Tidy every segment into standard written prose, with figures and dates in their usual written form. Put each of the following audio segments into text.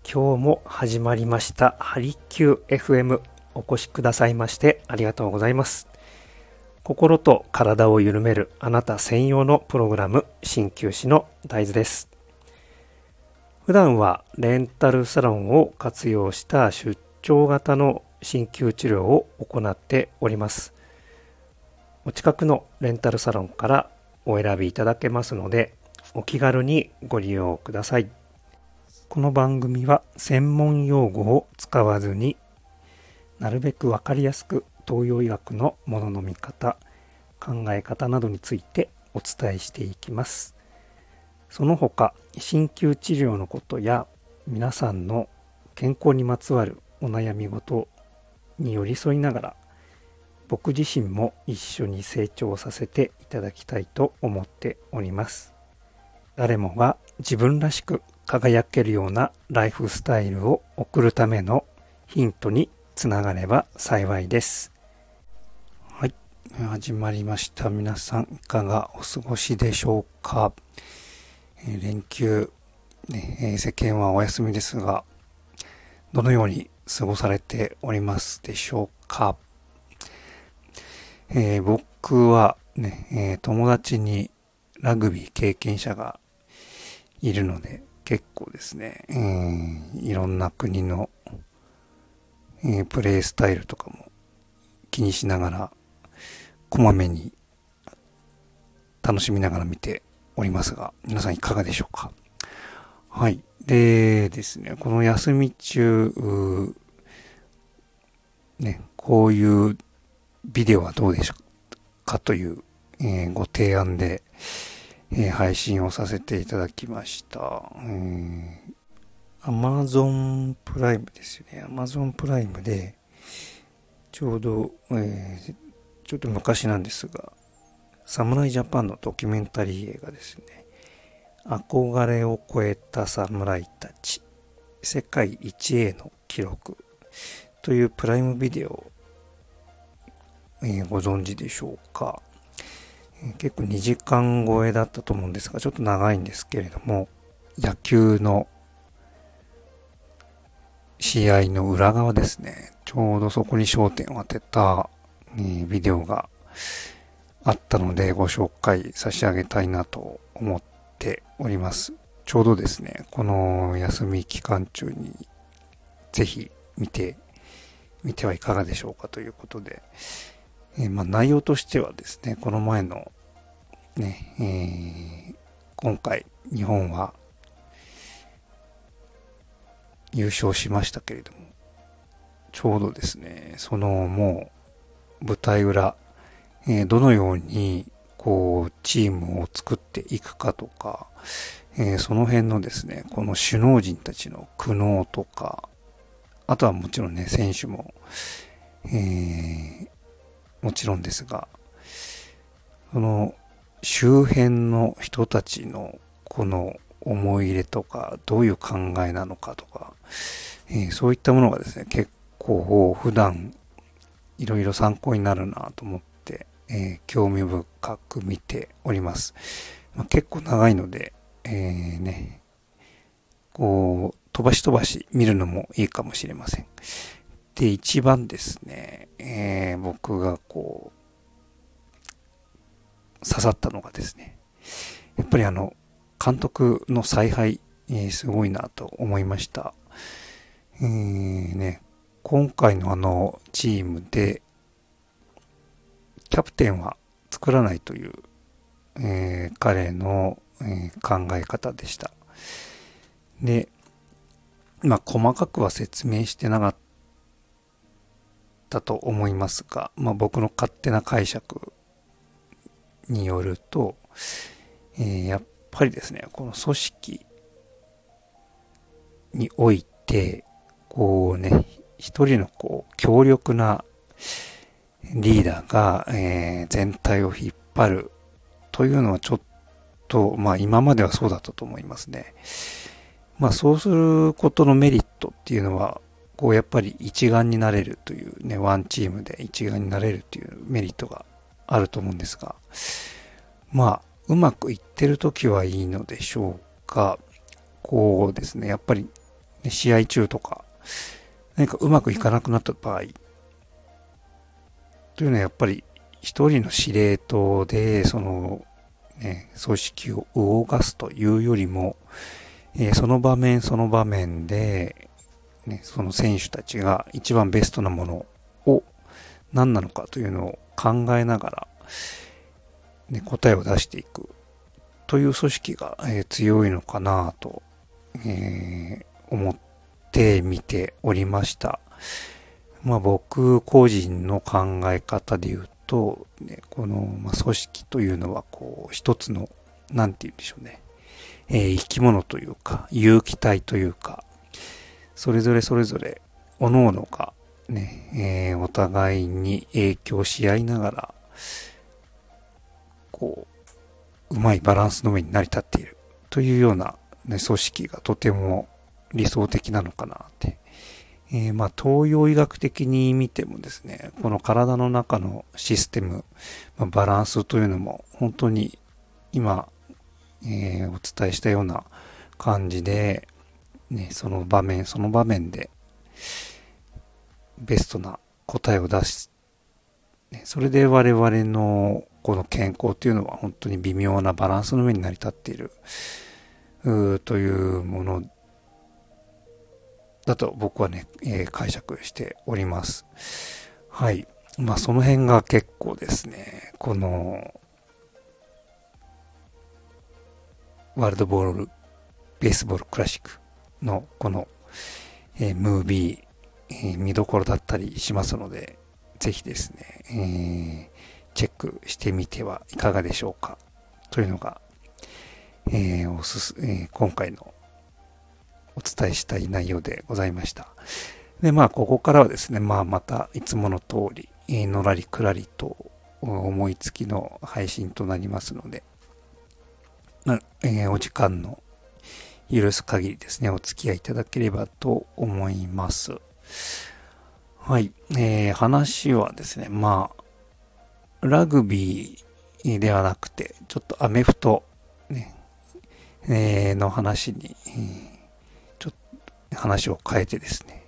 今日も始まりましたハリキュー FM。 お越しくださいましてありがとうございます。心と体を緩めるあなた専用のプログラム、鍼灸師の大豆です。普段はレンタルサロンを活用した出張型の鍼灸治療を行っております。お近くのレンタルサロンからお選びいただけますので、お気軽にご利用ください。この番組は専門用語を使わずになるべくわかりやすく東洋医学のものの見方、考え方などについてお伝えしていきます。その他、鍼灸治療のことや皆さんの健康にまつわるお悩み事に寄り添いながら、僕自身も一緒に成長させていただきたいと思っております。誰もが自分らしく輝けるようなライフスタイルを送るためのヒントにつながれば幸いです。はい、始まりました。皆さんいかがお過ごしでしょうか。連休、世間はお休みですが、どのように過ごされておりますでしょうか。僕は友達にラグビー経験者がいるので、結構ですね、いろんな国の、プレイスタイルとかも気にしながら、こまめに楽しみながら見ておりますが、皆さんいかがでしょうか。はい。でですね、この休み中、こういうビデオはどうでしょうかという、ご提案で、配信をさせていただきました。Amazon プライムですよね。Amazon プライムで、ちょうど、ちょっと昔なんですが、侍ジャパンのドキュメンタリー映画ですね。憧れを超えた侍たち、世界一への記録というプライムビデオを、ご存知でしょうか。結構2時間超えだったと思うんですが、ちょっと長いんですけれども、野球の試合の裏側ですね。ちょうどそこに焦点を当てた、ビデオがあったのでご紹介差し上げたいなと思っております。ちょうどですね、この休み期間中にぜひ見てはいかがでしょうかということで、内容としてはですね、この前の今回日本は優勝しましたけれども、ちょうどですね、そのもう舞台裏、どのようにこうチームを作っていくかとか、その辺のですね、この首脳陣たちの苦悩とか、あとはもちろんね、選手も、もちろんですが、その周辺の人たちのこの思い入れとか、どういう考えなのかとか、そういったものがですね、結構普段いろいろ参考になるなと思って、興味深く見ております。結構長いので、こう飛ばし見るのもいいかもしれません。で、一番ですね、僕がこう刺さったのがですね、やっぱり監督の采配、すごいなと思いました。今回のチームでキャプテンは作らないという、彼の、考え方でした。で、細かくは説明してなかったと思いますが、僕の勝手な解釈によると、やっぱりですね、この組織において、こうね、一人のこう強力なリーダーが、全体を引っ張るというのはちょっと、今まではそうだったと思いますね。そうすることのメリットっていうのは、こうやっぱり一丸になれるというね、ワンチームで一丸になれるというメリットがあると思うんですが、うまくいってるときはいいのでしょうか。こうですね、やっぱりね、試合中とか、何かうまくいかなくなった場合、というのはやっぱり一人の司令塔で、ね、組織を動かすというよりも、その場面その場面で、ね、その選手たちが一番ベストなものを何なのかというのを考えながら、ね、答えを出していくという組織が、強いのかなと、思って見ておりました。まあ僕個人の考え方で言うと、ね、この、組織というのはこう一つの、なんて言うんでしょうね、生き物というか有機体というか、それぞれ各々がね、お互いに影響し合いながら、こう、うまいバランスの上に成り立っているというような、ね、組織がとても理想的なのかなって。東洋医学的に見てもですね、この体の中のシステム、バランスというのも本当に今、お伝えしたような感じで、ね、その場面その場面でベストな答えを出す。それで我々のこの健康というのは本当に微妙なバランスの上に成り立っているというものだと僕はね、解釈しております。はい。その辺が結構ですね、このワールドベースボールクラシックのこの、ムービー、見どころだったりしますので、ぜひですね、チェックしてみてはいかがでしょうかというのが、今回のお伝えしたい内容でございました。で、ここからはですね、またいつもの通り、のらりくらりと思いつきの配信となりますので、お時間の許す限りですね、お付き合いいただければと思います。はい。話はですね、ラグビーではなくて、ちょっとアメフト、ね、の話に、ちょっと話を変えてですね。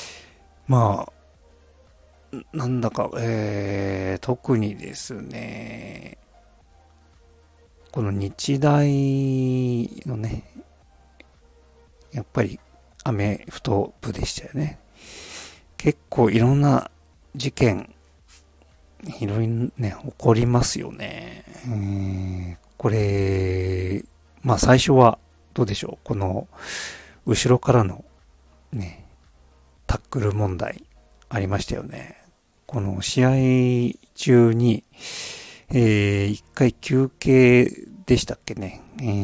なんだか、特にですね、この日大のね、やっぱりアメフト部でしたよね。結構いろんな事件、いろいろね、起こりますよね。これ、最初はどうでしょう。この、後ろからのね、タックル問題ありましたよね。この試合中に、一回休憩でしたっけね。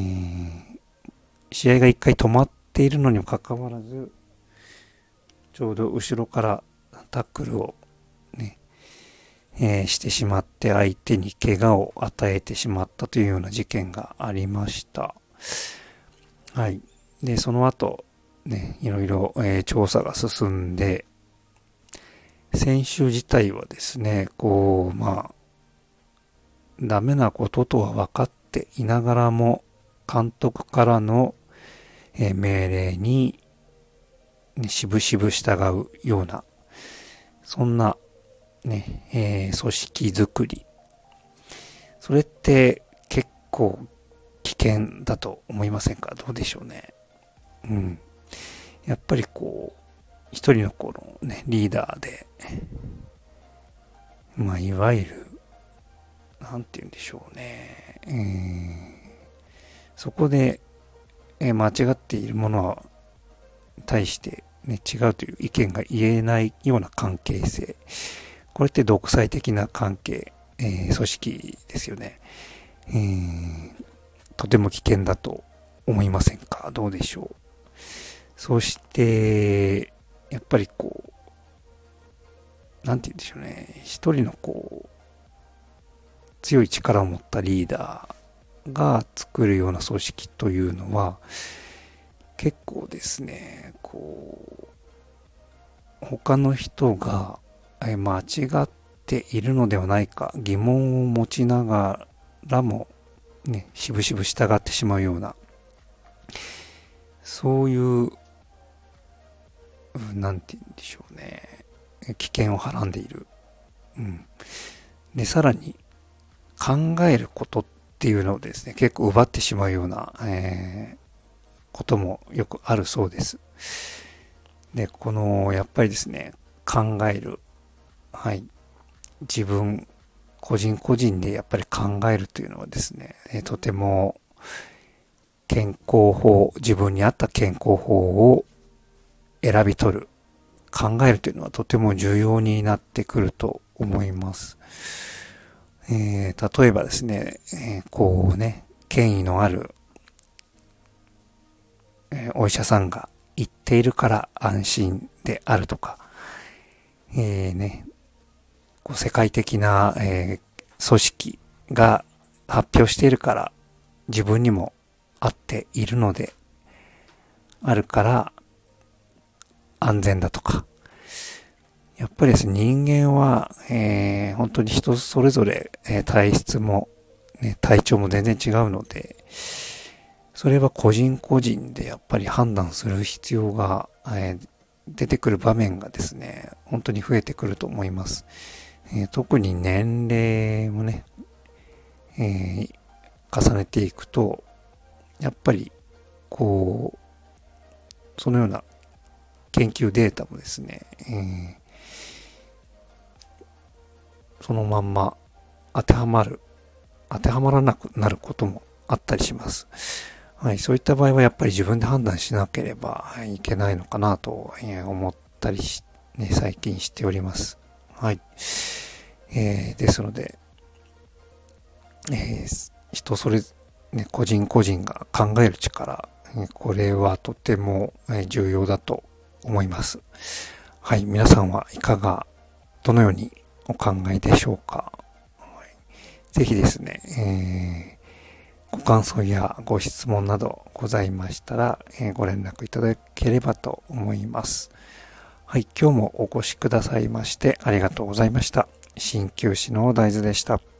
試合が一回止まっているのにもかかわらず、ちょうど後ろからタックルをね、してしまって相手に怪我を与えてしまったというような事件がありました。はい。で、その後、ね、いろいろ、調査が進んで、選手自体はですね、ダメなこととは分かっていながらも、監督からの、命令に、ね、しぶしぶ従うような、そんな、ね、組織づくり。それって結構危険だと思いませんか？どうでしょうね。うん。やっぱり一人のこのね、リーダーで、いわゆる、なんて言うんでしょうね。そこで、間違っているものは、対して、ね、違うという意見が言えないような関係性。これって独裁的な関係、組織ですよね。とても危険だと思いませんか？どうでしょう。そして、やっぱりなんて言うんでしょうね。一人の強い力を持ったリーダーが作るような組織というのは、結構ですね、他の人が間違っているのではないか疑問を持ちながらもね、しぶしぶ従ってしまうような、そういうなんて言うんでしょうね。危険をはらんでいる。で、さらに考えることっていうのをですね、結構奪ってしまうような、こともよくあるそうです。で、やっぱりですね、考える。はい。自分、個人個人でやっぱり考えるというのはですね、とても自分に合った健康法を選び取る、考えるというのはとても重要になってくると思います。例えばですね、権威のある、お医者さんが言っているから安心であるとか、世界的な、組織が発表しているから自分にも合っているのであるから安全だとか、やっぱりですね、人間は、本当に人それぞれ、体質も、体調も全然違うので、それは個人個人でやっぱり判断する必要が、出てくる場面がですね、本当に増えてくると思います。特に年齢もね、重ねていくと、やっぱり、そのような研究データもですね、そのまんま当てはまらなくなることもあったりします。はい、そういった場合はやっぱり自分で判断しなければいけないのかなと思ったり最近しております。はい。ですので、人それ、個人個人が考える力、これはとても重要だと思います。はい、皆さんどのようにお考えでしょうか。ぜひですね、ご感想やご質問などございましたら、ご連絡いただければと思います。はい、今日もお越しくださいましてありがとうございました。鍼灸師の大豆でした。